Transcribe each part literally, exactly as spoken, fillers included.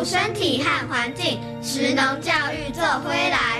身体和环境，食农教育做回来。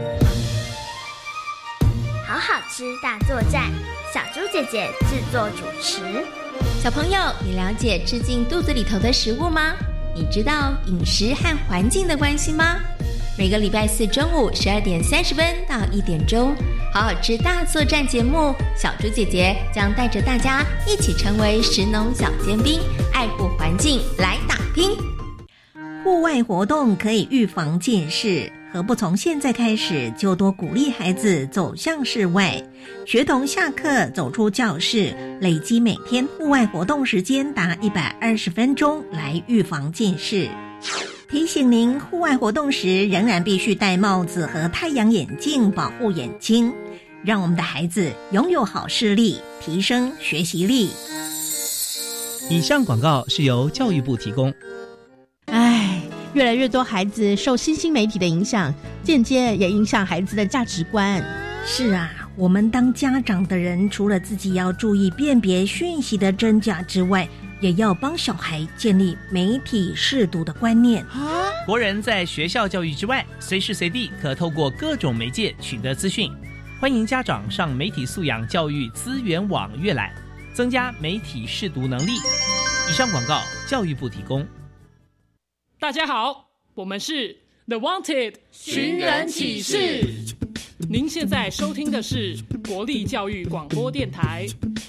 好好吃大作战，小猪姐姐制作主持。 小朋友，你了解吃进肚子里头的食物吗？你知道饮食和环境的关系吗？每个礼拜四中午十二点三十分到一点钟，好好吃大作战节目，小猪姐姐将带着大家一起成为食农小尖兵，爱护环境来打拼。 户外活动可以预防近视，何不从现在开始就多鼓励孩子走向室外，学童下课走出教室，累积每天户外活动时间达一百二十分钟，来预防近视。提醒您，户外活动时仍然必须戴帽子和太阳眼镜保护眼睛，让我们的孩子拥有好视力，提升学习力。 以上广告是由教育部提供。 唉，越来越多孩子受新兴媒体的影响，间接也影响孩子的价值观。 是啊，我们当家长的人，除了自己要注意辨别讯息的真假之外，也要帮小孩建立媒体识读的观念。 国人在学校教育之外，随时随地可透过各种媒介取得资讯。欢迎家长上媒体素养教育资源网阅览，增加媒体识读能力。以上广告，教育部提供。 大家好，我们是 The Wanted 寻人启事。您现在收听的是国立教育广播电台。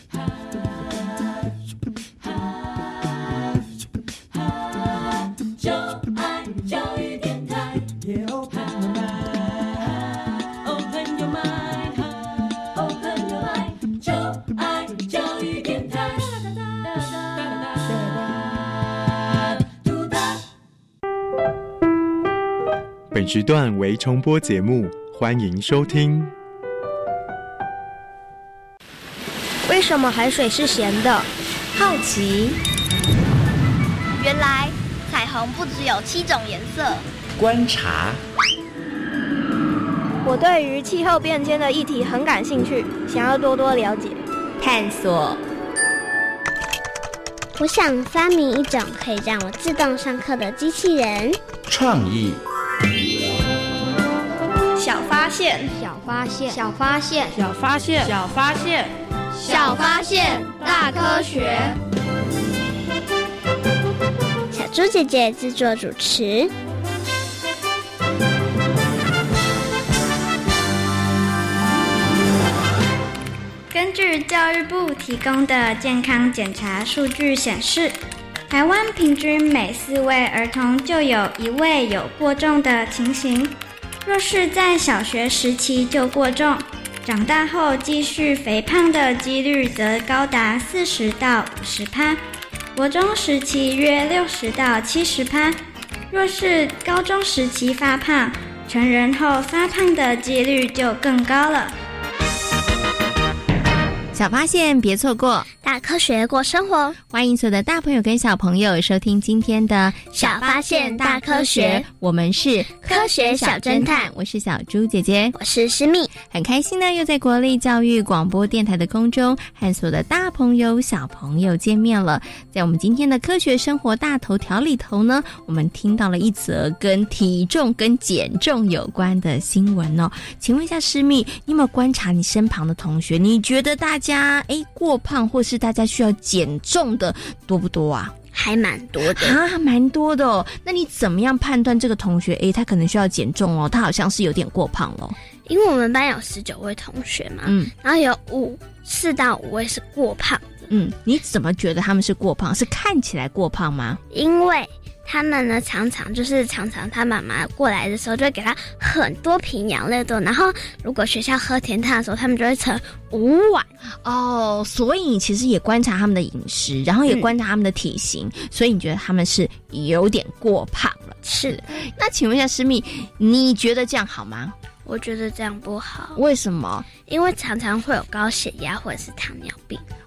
就爱教育电台 yeah, open your mind Open your mind Open your mind 就爱教育电台。 本时段为重播节目，欢迎收听。 为什么海水是咸的？ 好奇。 原来彩虹不只有七种颜色。 观察。 我对于气候变迁的议题很感兴趣，想要多多了解。 探索。 我想发明一种可以让我自动上课的机器人。 创意。 小发现， 小发现，小发现， 小发现， 小发现， 小发现，大科学。 小猪姐姐制作主持。 根据教育部提供的健康检查数据显示，台湾平均每四位儿童就有一位有过重的情形。若是在小学时期就过重，长大后继续肥胖的几率则高达四十到五十趴，国中时期约六十到七十趴。若是高中时期发胖，成人后发胖的几率就更高了。 小发现别错过， 大科学过生活。 欢迎所有的大朋友跟小朋友收听今天的小发现大科学， 我们是科学小侦探， 我是小猪姐姐， 我是诗蜜。 很开心呢，又在国立教育广播电台的空中和所有的大朋友小朋友见面了。在我们今天的科学生活大头条里头呢，我们听到了一则跟体重跟减重有关的新闻哦。请问一下诗蜜，你有没有观察你身旁的同学，你觉得大家诶过胖或是大家需要减重的多不多啊？ 还蛮多的啊，蛮多的哦。那你怎么样判断这个同学诶他可能需要减重哦，他好像是有点过胖了？ 因为我们班有十九位同学嘛，嗯，然后有五四到五位是过胖的。 嗯，你怎么觉得他们是过胖？是看起来过胖吗？ 因为他们呢，常常就是常常他妈妈过来的时候，就会给他很多瓶养乐多，然后如果学校喝甜汤的时候，他们就会盛五碗。 哦，所以你其实也观察他们的饮食，然后也观察他们的体型，嗯、所以你觉得他们是有点过胖了。 是。 那请问一下诗蜜，你觉得这样好吗？ 我觉得这样不好。 为什么？ 因为常常会有高血压或者是糖尿病。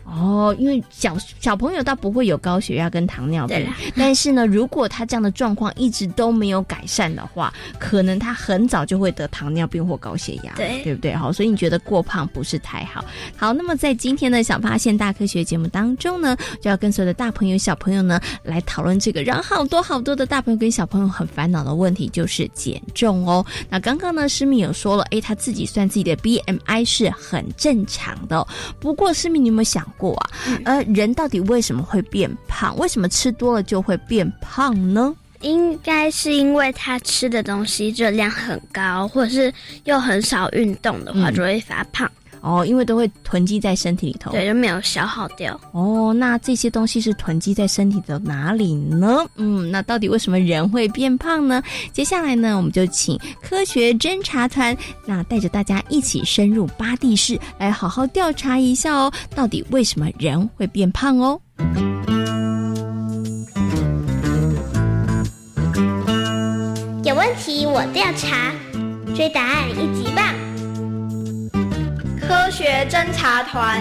哦，因为小小朋友倒不会有高血压跟糖尿病，但是呢，如果他这样的状况一直都没有改善的话，可能他很早就会得糖尿病或高血压， 对， 对不对？好，所以你觉得过胖不是太好。好，那么在今天的小发现大科学节目当中呢，就要跟所有的大朋友小朋友呢来讨论这个让好多好多的大朋友跟小朋友很烦恼的问题，就是减重哦。那刚刚呢诗敏有说了，诶，他自己算自己的 B M I 是很正常的，哦，不过诗敏你有没有想过啊，嗯、呃，人到底为什么会变胖？为什么吃多了就会变胖呢？ 应该是因为他吃的东西热量很高，或者是又很少运动的话，就会发胖。 哦，因为都会囤积在身体里头， 对，就没有消耗掉。 哦，那这些东西是囤积在身体的哪里呢？嗯，那到底为什么人会变胖呢？接下来呢，我们就请科学侦查团，那带着大家一起深入巴蒂市，来好好调查一下哦，到底为什么人会变胖哦？ 有问题我调查，追答案一级棒！ 科学侦查团。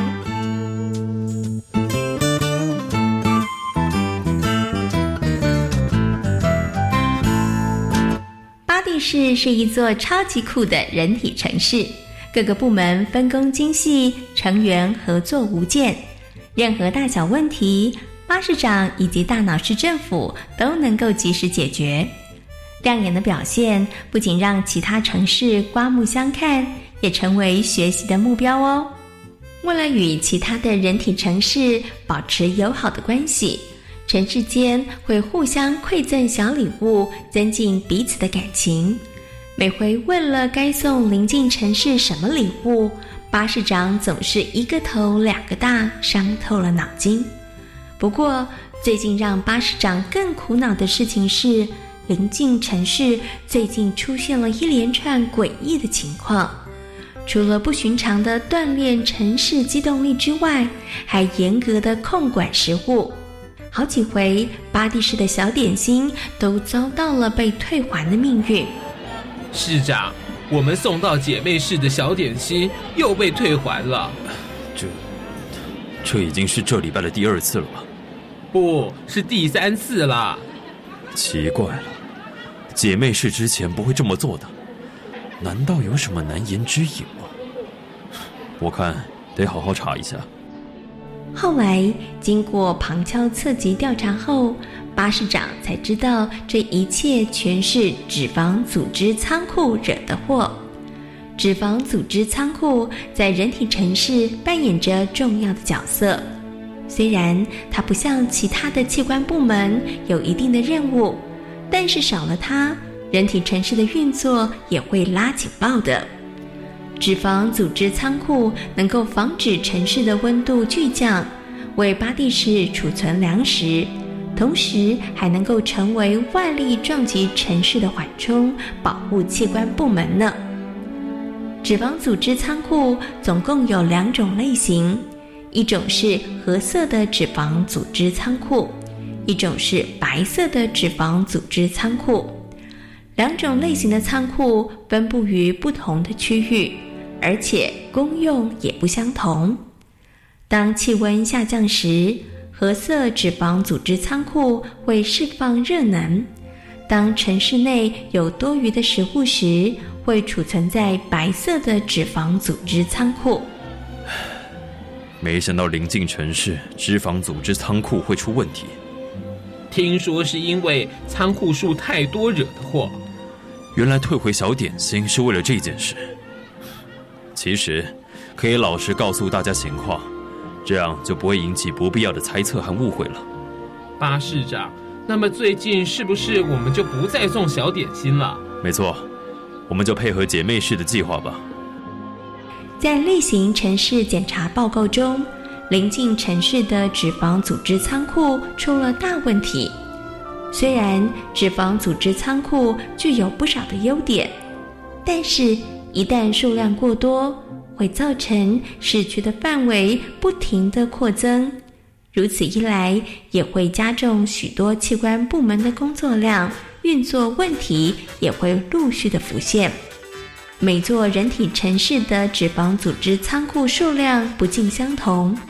巴蒂市是一座超级酷的人体城市，各个部门分工精细，成员合作无间，任何大小问题，巴士长以及大脑市政府都能够及时解决。亮眼的表现不仅让其他城市刮目相看，也成为学习的目标哦。为了与其他的人体城市保持友好的关系，城市间会互相馈赠小礼物，增进彼此的感情。每回问了该送邻近城市什么礼物，巴士长总是一个头两个大，伤透了脑筋。不过最近让巴士长更苦恼的事情是，邻近城市最近出现了一连串诡异的情况，除了不寻常的锻炼城市机动力之外，还严格的控管食物。好几回巴蒂市的小点心都遭到了被退还的命运。 市长，我们送到姐妹市的小点心又被退还了。 这这已经是这礼拜的第二次了吧？ 不是第三次了。 奇怪了，姐妹市之前不会这么做的，难道有什么难言之隐吗？我看得好好查一下。 后来经过旁敲侧击调查后，巴士长才知道这一切全是脂肪组织仓库惹的祸。脂肪组织仓库在人体城市扮演着重要的角色，虽然它不像其他的器官部门有一定的任务，但是少了它，人体城市的运作也会拉警报的。脂肪组织仓库能够防止城市的温度巨降，为巴蒂市储存粮食，同时还能够成为外力撞击城市的缓冲，保护器官部门呢。脂肪组织仓库总共有两种类型，一种是褐色的脂肪组织仓库，一种是白色的脂肪组织仓库。两种类型的仓库分布于不同的区域，而且功用也不相同。当气温下降时，褐色脂肪组织仓库会释放热能；当城市内有多余的食物时，会储存在白色的脂肪组织仓库。 没想到临近城市脂肪组织仓库会出问题， 听说是因为仓库数太多惹的祸。 原来退回小点心是为了这件事。其实可以老实告诉大家情况，这样就不会引起不必要的猜测和误会了。 巴市长，那么最近是不是我们就不再送小点心了？ 没错，我们就配合姐妹市的计划吧。 在例行城市检查报告中，临近城市的脂肪组织仓库出了大问题。虽然脂肪组织仓库具有不少的优点，但是一旦数量过多，会造成市区的范围不停地扩增，如此一来也会加重许多器官部门的工作量，运作问题也会陆续的浮现。每座人体城市的脂肪组织仓库数量不尽相同，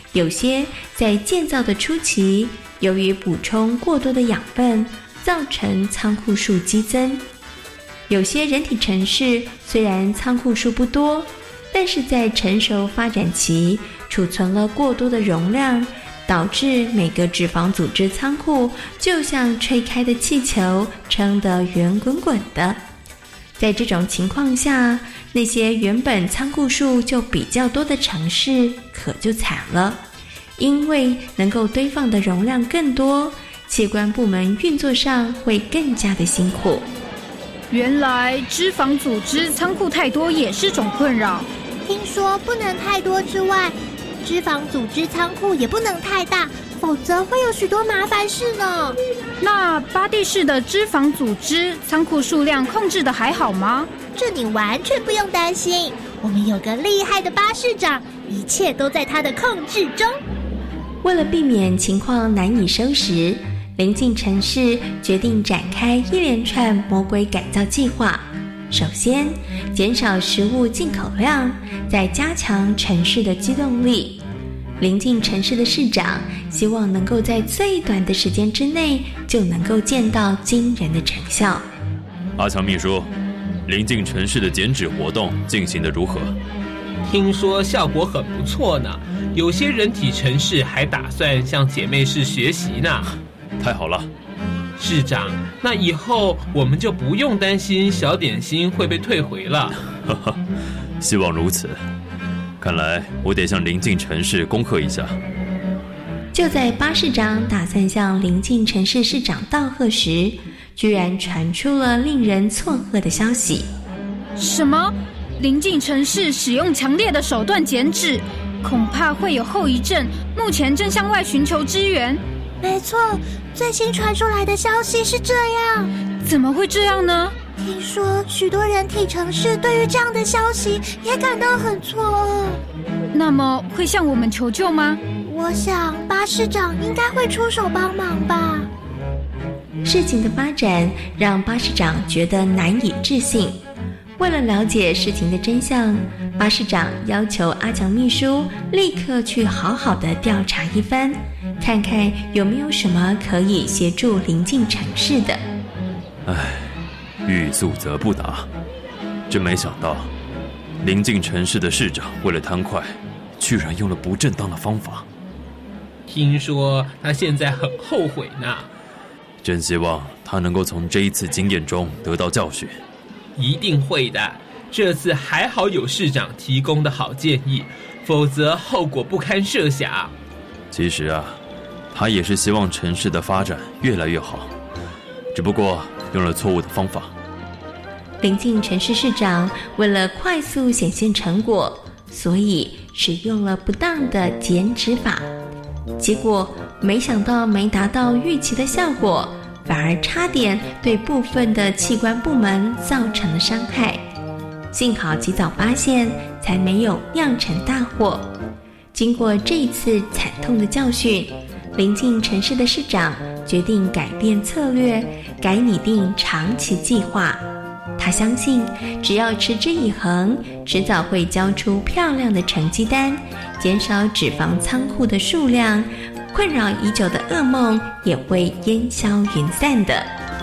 有些在建造的初期，由于补充过多的养分，造成仓库数激增。有些人体程式虽然仓库数不多，但是在成熟发展期储存了过多的容量，导致每个脂肪组织仓库就像吹开的气球，撑得圆滚滚的。在这种情况下，那些原本仓库数就比较多的城市可就惨了，因为能够堆放的容量更多，器官部门运作上会更加的辛苦。 原来脂肪组织仓库太多也是种困扰。 听说不能太多之外，脂肪组织仓库也不能太大，否则会有许多麻烦事呢。 那巴蒂市的脂肪组织仓库数量控制的还好吗？ 这你完全不用担心，我们有个厉害的巴士长，一切都在他的控制中。 为了避免情况难以收拾，邻近城市决定展开一连串魔鬼改造计划。首先，减少食物进口量，再加强城市的机动力。邻近城市的市长希望能够在最短的时间之内就能够见到惊人的成效。 阿强秘书，邻近城市的减脂活动进行得如何？ 听说效果很不错呢，有些人体城市还打算向姐妹市学习呢。 太好了， 市长，那以后我们就不用担心小点心会被退回了。 呵呵，希望如此。看来我得向邻近城市恭贺一下。 就在巴市长打算向邻近城市市长道贺时，居然传出了令人错愕的消息。 什么？邻近城市使用强烈的手段减脂，恐怕会有后遗症，目前正向外寻求支援。 没错，最新传出来的消息是这样。 怎么会这样呢？ 听说许多人体城市对于这样的消息也感到很错愕。 那么会向我们求救吗？ 我想巴市长应该会出手帮忙吧。 事情的发展让巴市长觉得难以置信。为了了解事情的真相，巴市长要求阿强秘书立刻去好好的调查一番，看看有没有什么可以协助邻近城市的。 唉，欲速则不达，真没想到邻近城市的市长为了贪快，居然用了不正当的方法。 听说他现在很后悔呢。 真希望他能够从这一次经验中得到教训。 一定会的，这次还好有市长提供的好建议，否则后果不堪设想。 其实啊，他也是希望城市的发展越来越好，只不过用了错误的方法。 邻近城市市长为了快速显现成果，所以使用了不当的减脂法，结果没想到没达到预期的效果，反而差点对部分的器官部门造成了伤害。幸好及早发现，才没有酿成大祸。经过这一次惨痛的教训，邻近城市的市长决定改变策略，改拟定长期计划。他相信，只要持之以恒，迟早会交出漂亮的成绩单，减少脂肪仓库的数量，困扰已久的噩梦也会烟消云散的。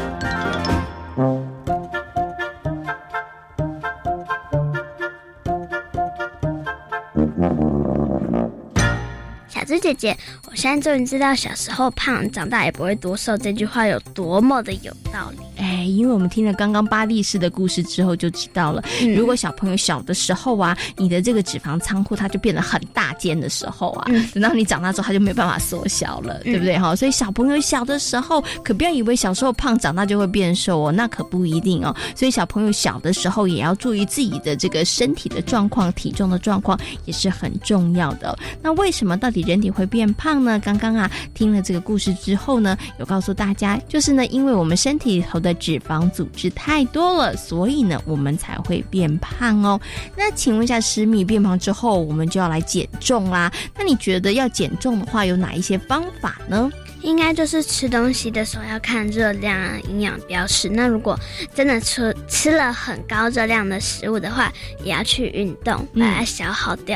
小猪姐姐，我现在终于知道小时候胖，长大也不会多瘦这句话有多么的有道理。 哎，因为我们听了刚刚巴蒂市的故事之后就知道了，嗯、如果小朋友小的时候啊，你的这个脂肪仓库它就变得很大间的时候啊，嗯、等到你长大之后它就没办法缩小了，嗯、对不对哈？所以小朋友小的时候可不要以为小时候胖长大就会变瘦哦，那可不一定哦。所以小朋友小的时候也要注意自己的这个身体的状况、体重的状况也是很重要的哦。那为什么到底人体会变胖呢？刚刚啊听了这个故事之后呢，有告诉大家，就是呢，因为我们身体里头的脂肪组织太多了，所以呢我们才会变胖哦。那请问一下诗蜜，变胖之后我们就要来减重啦，那你觉得要减重的话有哪一些方法呢？ 应该就是吃东西的时候要看热量啊、营养标示。那如果真的吃吃了很高热量的食物的话，也要去运动，把它消耗掉。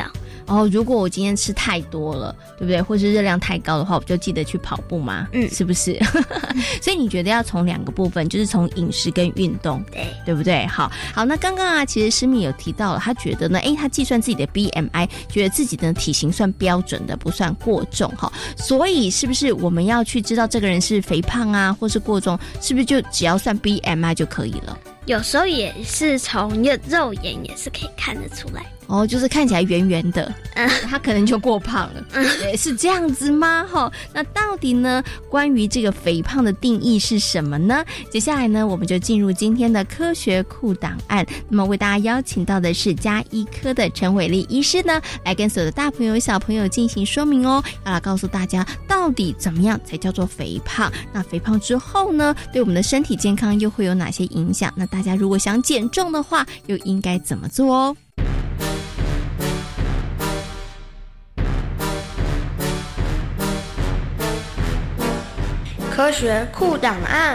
哦，如果我今天吃太多了，对不对？或是热量太高的话，我就记得去跑步嘛，嗯，是不是？所以你觉得要从两个部分，就是从饮食跟运动，对，对不对？好，好，那刚刚啊，其实诗敏有提到了，他觉得呢，诶，他计算自己的 B M I， 觉得自己的体型算标准的，不算过重哈。所以是不是我们要去知道这个人是肥胖啊，或是过重，是不是就只要算 B M I 就可以了？ 有时候也是从肉眼也是可以看得出来。 哦，就是看起来圆圆的，嗯，他可能就过胖了，嗯，是这样子吗？哈，那到底呢，关于这个肥胖的定义是什么呢？接下来呢，我们就进入今天的科学库档案。那么为大家邀请到的是家医科的陈伟丽医师呢，来跟所有的大朋友小朋友进行说明哦，要来告诉大家到底怎么样才叫做肥胖。那肥胖之后呢，对我们的身体健康又会有哪些影响？那大家如果想减重的话，又应该怎么做哦？ 科学库档案。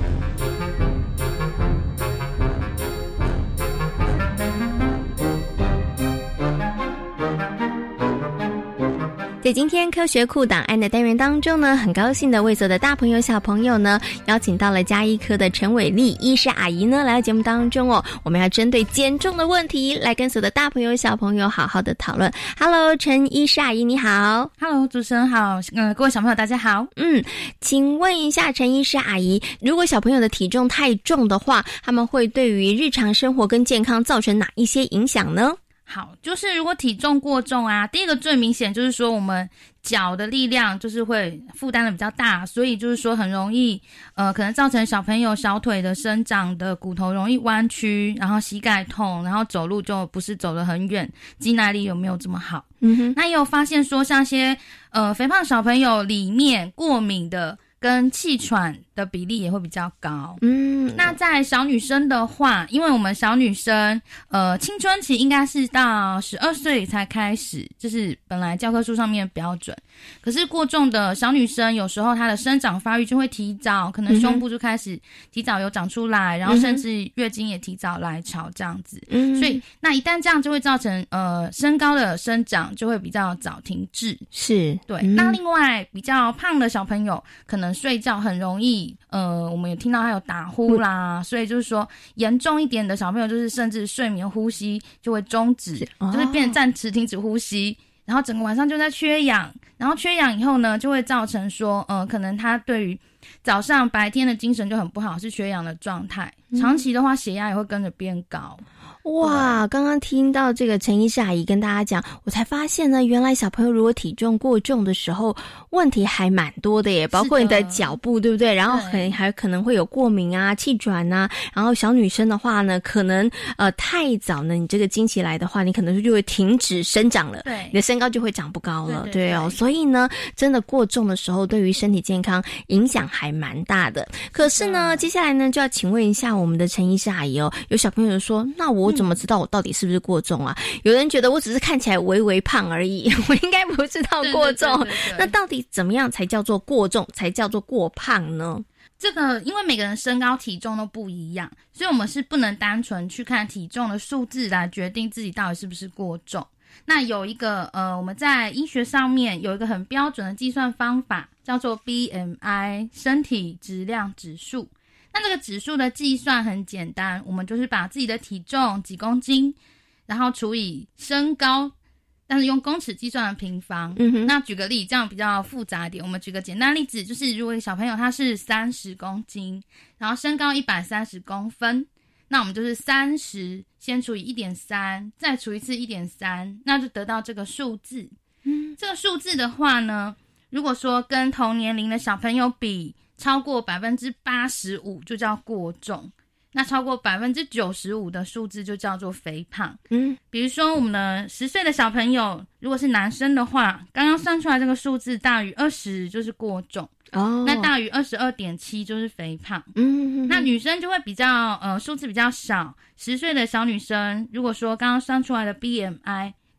在今天科学库档案的单元当中呢，很高兴的为所有的大朋友小朋友呢，邀请到了家医科的陈伟丽医师阿姨呢来到节目当中哦。我们要针对减重的问题来跟所有的大朋友小朋友好好的讨论。Hello， 陈医师阿姨你好。 Hello， 主持人好，呃，各位小朋友大家好。 嗯，请问一下陈医师阿姨，如果小朋友的体重太重的话，他们会对于日常生活跟健康造成哪一些影响呢？ 好，就是如果体重过重啊，第一个最明显就是说我们脚的力量就是会负担的比较大，所以就是说很容易呃，可能造成小朋友小腿的生长的骨头容易弯曲，然后膝盖痛，然后走路就不是走得很远，肌耐力有没有这么好。嗯哼，那也有发现说像些呃肥胖小朋友里面过敏的跟气喘的比例也会比较高。嗯，那在小女生的话，因为我们小女生呃青春期应该是到十二岁才开始，就是本来教科书上面的标准。可是过重的小女生有时候她的生长发育就会提早，可能胸部就开始提早有长出来，嗯，然后甚至月经也提早来潮这样子。嗯，所以那一旦这样就会造成呃身高的生长就会比较早停滞。 是， 对。嗯，那另外比较胖的小朋友可能睡觉很容易呃我们也听到还有打呼啦，嗯，所以就是说严重一点的小朋友就是甚至睡眠呼吸就会终止，哦，就是变成暂时停止呼吸，然后整个晚上就在缺氧，然后缺氧以后呢就会造成说呃可能他对于早上白天的精神就很不好，是缺氧的状态，长期的话血压也会跟着变高。 哇，刚刚听到这个陈医师阿姨跟大家讲，我才发现呢，原来小朋友如果体重过重的时候，问题还蛮多的耶，包括你的脚部，对不对？然后很还可能会有过敏啊、气喘啊。然后小女生的话呢，可能呃太早呢，你这个经期来的话，你可能就会停止生长了，对，你的身高就会长不高了，对, 对, 对, 对哦。所以呢，真的过重的时候，对于身体健康影响还蛮大的。可是呢，接下来呢，就要请问一下我们的陈医师阿姨哦，有小朋友说，那我我怎么知道我到底是不是过重啊？嗯，有人觉得我只是看起来微微胖而已，我应该不知道过重。对对对对对，那到底怎么样才叫做过重，才叫做过胖呢？ 这个因为每个人身高体重都不一样，所以我们是不能单纯去看体重的数字来决定自己到底是不是过重。那有一个呃，我们在医学上面有一个很标准的计算方法，叫做 B M I 身体质量指数。那这个指数的计算很简单，我们就是把自己的体重几公斤，然后除以身高，但是用公尺计算的平方。嗯哼，那举个例，这样比较复杂一点，我们举个简单例子，就是如果小朋友他是三十公斤，然后身高一百三十公分，那我们就是三十先除以 一点三， 再除一次 一点三， 那就得到这个数字。嗯，这个数字的话呢，如果说跟同年龄的小朋友比超过 百分之八十五 就叫过重，那超过 百分之九十五 的数字就叫做肥胖。嗯，比如说我们的十岁的小朋友，如果是男生的话，刚刚算出来这个数字大于二十就是过重。哦，那大于 二十二点七 就是肥胖。嗯，那女生就会比较呃数字比较少，十岁的小女生如果说刚刚算出来的 B M I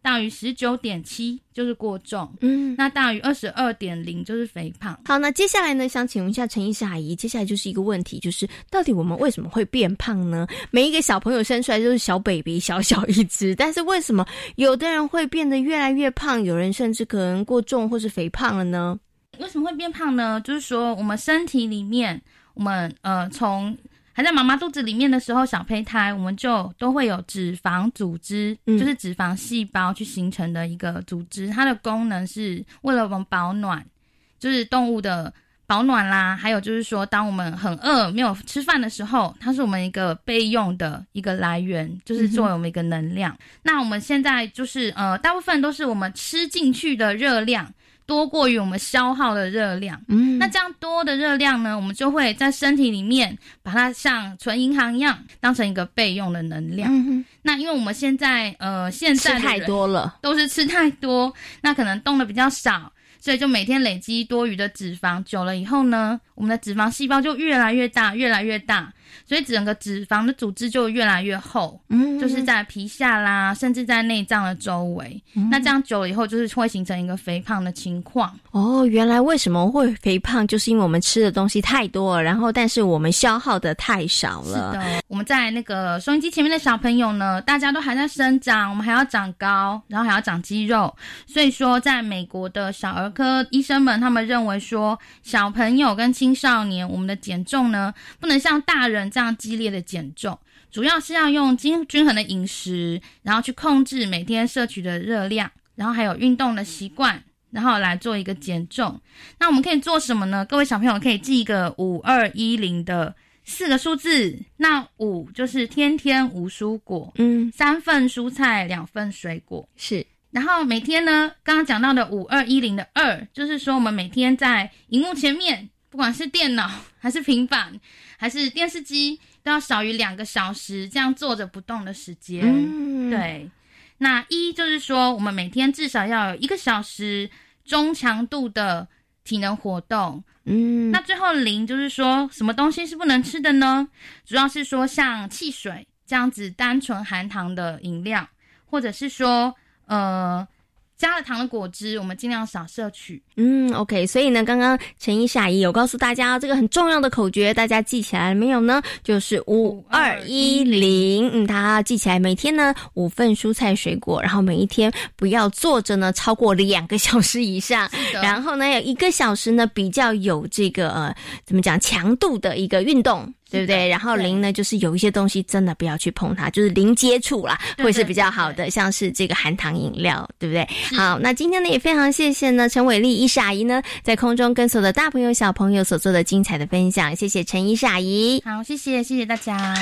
大于十九点七就是过重，嗯，那大于二十二点零就是肥胖。 好，那接下来呢，想请问一下陈医师阿姨，接下来就是一个问题，就是到底我们为什么会变胖呢？每一个小朋友生出来就是小 baby， 小小一只，但是为什么有的人会变得越来越胖，有人甚至可能过重或是肥胖了呢？ 为什么会变胖呢？就是说我们身体里面，我们呃从还在妈妈肚子里面的时候，小胚胎我们就都会有脂肪组织，嗯，就是脂肪细胞去形成的一个组织，它的功能是为了我们保暖，就是动物的保暖啦，还有就是说当我们很饿没有吃饭的时候，它是我们一个备用的一个来源，就是作为我们一个能量，嗯，那我们现在就是呃大部分都是我们吃进去的热量多过于我们消耗的热量，嗯，那这样多的热量呢，我们就会在身体里面把它像存银行一样当成一个备用的能量，嗯，那因为我们现在呃现在的人吃太多了， 都是吃太多，那可能动的比较少，所以就每天累积多余的脂肪，久了以后呢，我们的脂肪细胞就越来越大越来越大，所以整个脂肪的组织就越来越厚，嗯，就是在皮下啦，甚至在内脏的周围，嗯，那这样久了以后就是会形成一个肥胖的情况。 哦，原来为什么会肥胖，就是因为我们吃的东西太多了，然后但是我们消耗的太少了。 是的，我们在那个收音机前面的小朋友呢，大家都还在生长，我们还要长高，然后还要长肌肉，所以说在美国的小儿科医生们他们认为说，小朋友跟青少年我们的减重呢，不能像大人这样激烈的减重，主要是要用均均衡的饮食，然后去控制每天摄取的热量，然后还有运动的习惯，然后来做一个减重。那我们可以做什么呢？各位小朋友可以记一个五二一零的四个数字，那五就是天天无蔬果，嗯，三份蔬菜两份水果， 是。 然后每天呢，刚刚讲到的五二一零的二，就是说我们每天在荧幕前面，不管是电脑还是平板还是电视机，都要少于两个小时这样坐着不动的时间，嗯，对。那一就是说我们每天至少要有一个小时中强度的体能活动，嗯，那最后零就是说什么东西是不能吃的呢？主要是说像汽水这样子单纯含糖的饮料，或者是说呃加了糖的果汁，我们尽量少摄取。 嗯 OK， 所以呢刚刚陈医师阿姨有告诉大家这个很重要的口诀，大家记起来了没有呢？就是五二一零，嗯，大家记起来，每天呢五份蔬菜水果，然后每一天不要坐着呢超过两个小时以上，然后呢有一个小时呢比较有这个呃怎么讲强度的一个运动，对不对？然后零呢就是有一些东西真的不要去碰它，就是零接触啦，会是比较好的，对对对，像是这个含糖饮料，对不对？好，那今天呢也非常谢谢呢陈伟丽医师阿姨呢在空中跟所有的大朋友小朋友所做的精彩的分享，谢谢陈医师阿姨。 好，谢谢谢谢大家。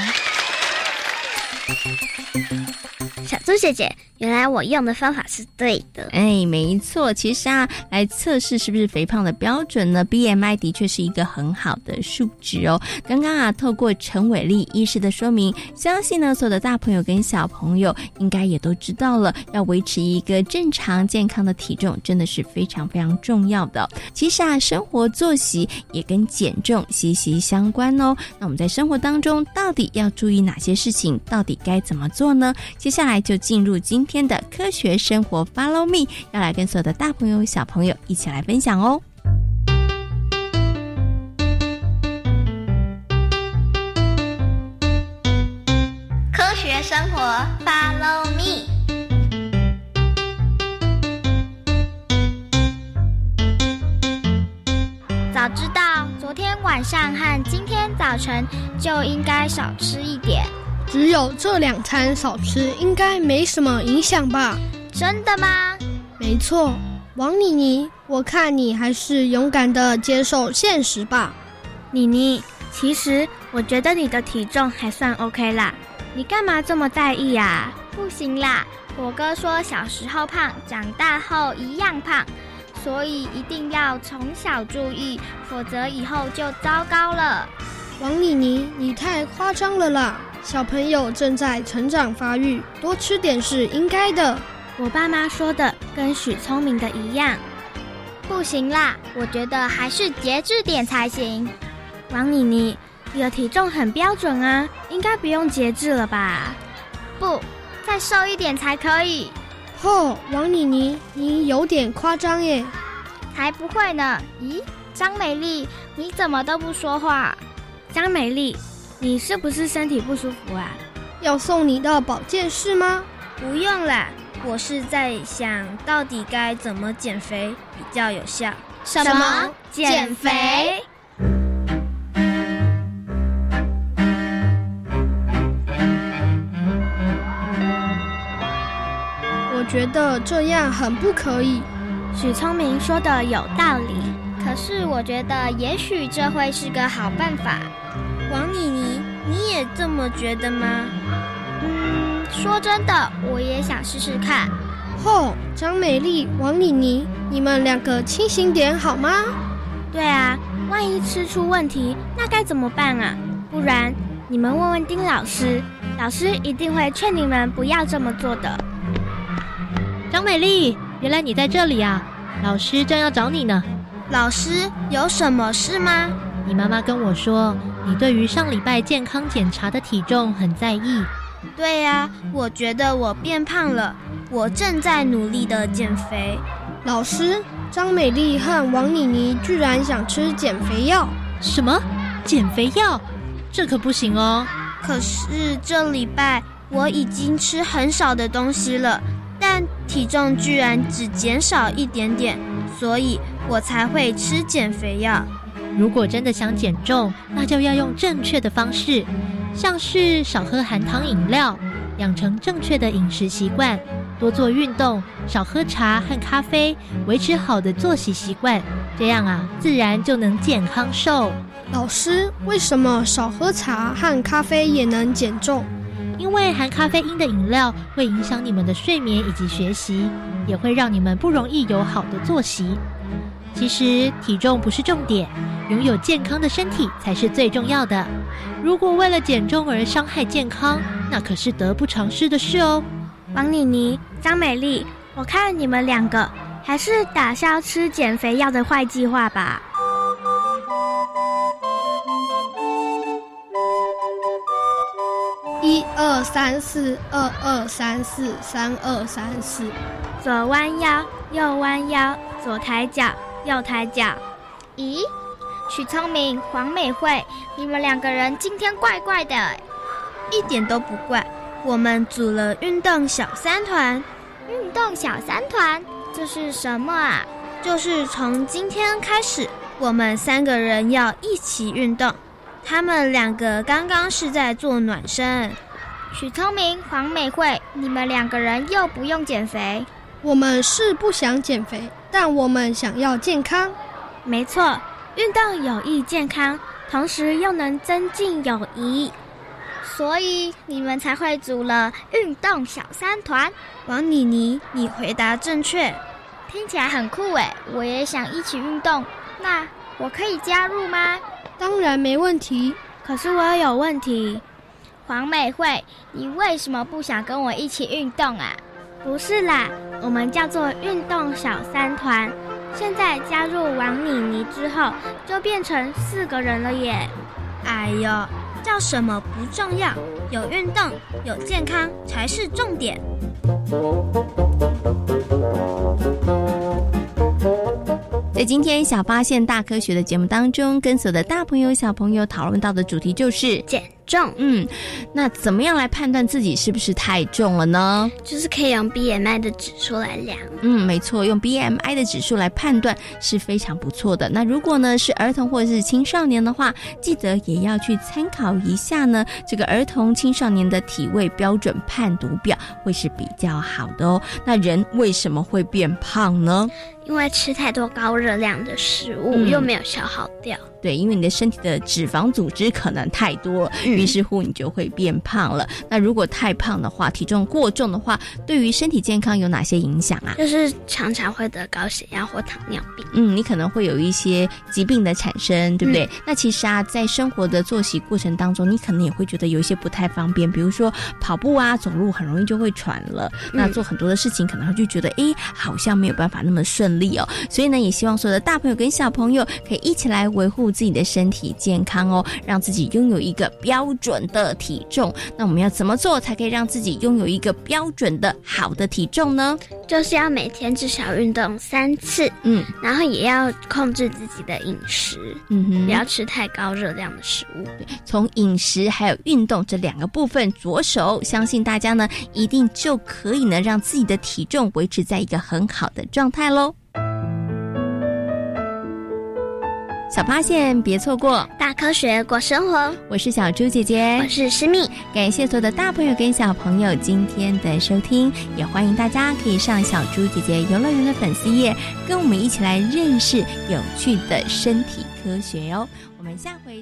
小猪姐姐，原来我用的方法是对的。 哎，没错，其实啊，来测试是不是肥胖的标准呢 ？B M I 的确是一个很好的数值哦。刚刚啊，透过陈伟丽医师的说明，相信呢，所有的大朋友跟小朋友应该也都知道了，要维持一个正常健康的体重，真的是非常非常重要的。其实啊，生活作息也跟减重息息相关哦。那我们在生活当中到底要注意哪些事情？到底该怎么做呢？接下来就进入今天的科学生活 Follow Me， 要来跟所有的大朋友小朋友一起来分享哦。 科学生活 Follow Me。 早知道昨天晚上和今天早晨就应该少吃一点。 只有这两餐少吃，应该没什么影响吧？ 真的吗？ 没错，王妮妮，我看你还是勇敢的接受现实吧。 妮妮，其实我觉得你的体重还算 OK 啦，你干嘛这么在意啊？ 不行啦，我哥说小时候胖，长大后一样胖，所以一定要从小注意，否则以后就糟糕了。 王妮妮，你太夸张了啦！小朋友正在成长发育，多吃点是应该的。 我爸妈说的跟许聪明的一样。 不行啦，我觉得还是节制点才行。 王妮妮，你的体重很标准啊，应该不用节制了吧？ 不，再瘦一点才可以。 哦，王妮妮，你有点夸张耶。 才不会呢。咦，张美丽，你怎么都不说话？ 张美丽，你是不是身体不舒服啊？ 要送你到保健室吗？ 不用啦，我是在想到底该怎么减肥比较有效。 什么？减肥？ 我觉得这样很不可以。 许聪明说的有道理， 可是我觉得也许这会是个好办法。 王妮妮，你也这么觉得吗？ 嗯，说真的，我也想试试看。 哦，张美丽、王妮妮，你们两个清醒点好吗？ 对啊，万一吃出问题，那该怎么办啊？不然你们问问丁老师，老师一定会劝你们不要这么做的。 张美丽，原来你在这里啊！老师正要找你呢。 老师，有什么事吗？ 你妈妈跟我说，你对于上礼拜健康检查的体重很在意。 对呀，我觉得我变胖了，我正在努力的减肥。 老师，张美丽和王妮妮居然想吃减肥药。 什么？减肥药？这可不行哦。 可是这礼拜我已经吃很少的东西了，但体重居然只减少一点点，所以我才会吃减肥药。 如果真的想减重，那就要用正确的方式，像是少喝含糖饮料，养成正确的饮食习惯，多做运动，少喝茶和咖啡，维持好的作息习惯，这样啊，自然就能健康瘦。 老师，为什么少喝茶和咖啡也能减重？ 因为含咖啡因的饮料会影响你们的睡眠以及学习，也会让你们不容易有好的作息。其实体重不是重点，拥有健康的身体才是最重要的。如果为了减重而伤害健康，那可是得不偿失的事哦。 王妮妮、张美丽，我看你们两个还是打消吃减肥药的坏计划吧。 一二三四，二二三四，三二三四。 左弯腰，右弯腰，左抬脚，右抬脚。 咦，许聪明、黄美惠，你们两个人今天怪怪的。 一点都不怪，我们组了运动小三团。 运动小三团，这是什么啊？ 就是从今天开始，我们三个人要一起运动。他们两个刚刚是在做暖身。 许聪明、黄美惠，你们两个人又不用减肥。 我们是不想减肥，但我们想要健康。 没错，运动有益健康，同时又能增进友谊， 所以你们才会组了运动小三团。 王妮妮，你回答正确， 听起来很酷诶，我也想一起运动，那我可以加入吗？ 当然没问题。 可是我也有问题。 黄美惠，你为什么不想跟我一起运动啊？ 不是啦，我们叫做运动小三团，现在加入王妮妮之后，就变成四个人了耶。 哎呦，叫什么不重要，有运动有健康才是重点。 在今天小发现大科学的节目当中，跟所有的大朋友小朋友讨论到的主题就是减重。 嗯，那怎么样来判断自己是不是太重了呢？ 就是可以用 B M I 的指数来量。 嗯，没错，用 B M I 的指数来判断是非常不错的。那如果呢是儿童或者是青少年的话，记得也要去参考一下呢这个儿童青少年的体位标准判读表，会是比较好的哦。那人为什么会变胖呢？ 因为吃太多高热量的食物， 嗯、 又没有消耗掉。 对，因为你的身体的脂肪组织可能太多了，嗯、于是乎你就会变胖了。那如果太胖的话，体重过重的话，对于身体健康有哪些影响啊？ 就是常常会得高血压或糖尿病。 嗯，你可能会有一些疾病的产生，对不对？嗯、那其实啊，在生活的作息过程当中，你可能也会觉得有一些不太方便，比如说跑步啊、走路很容易就会喘了。嗯、那做很多的事情，可能就觉得哎，好像没有办法那么顺利哦。所以呢，也希望所有的大朋友跟小朋友可以一起来维护自己的身体健康哦，让自己拥有一个标标准的体重。那我们要怎么做才可以让自己拥有一个标准的好的体重呢？ 就是要每天至少运动三次， 嗯， 然后也要控制自己的饮食， 嗯哼， 不要吃太高热量的食物。 从饮食还有运动这两个部分着手，相信大家呢一定就可以呢让自己的体重维持在一个很好的状态咯。小发现别错过， 大科学过生活。 我是小猪姐姐， 我是诗蜜。 感谢所有的大朋友跟小朋友今天的收听，也欢迎大家可以上小猪姐姐游乐园的粉丝页，跟我们一起来认识有趣的身体科学哦。我们下回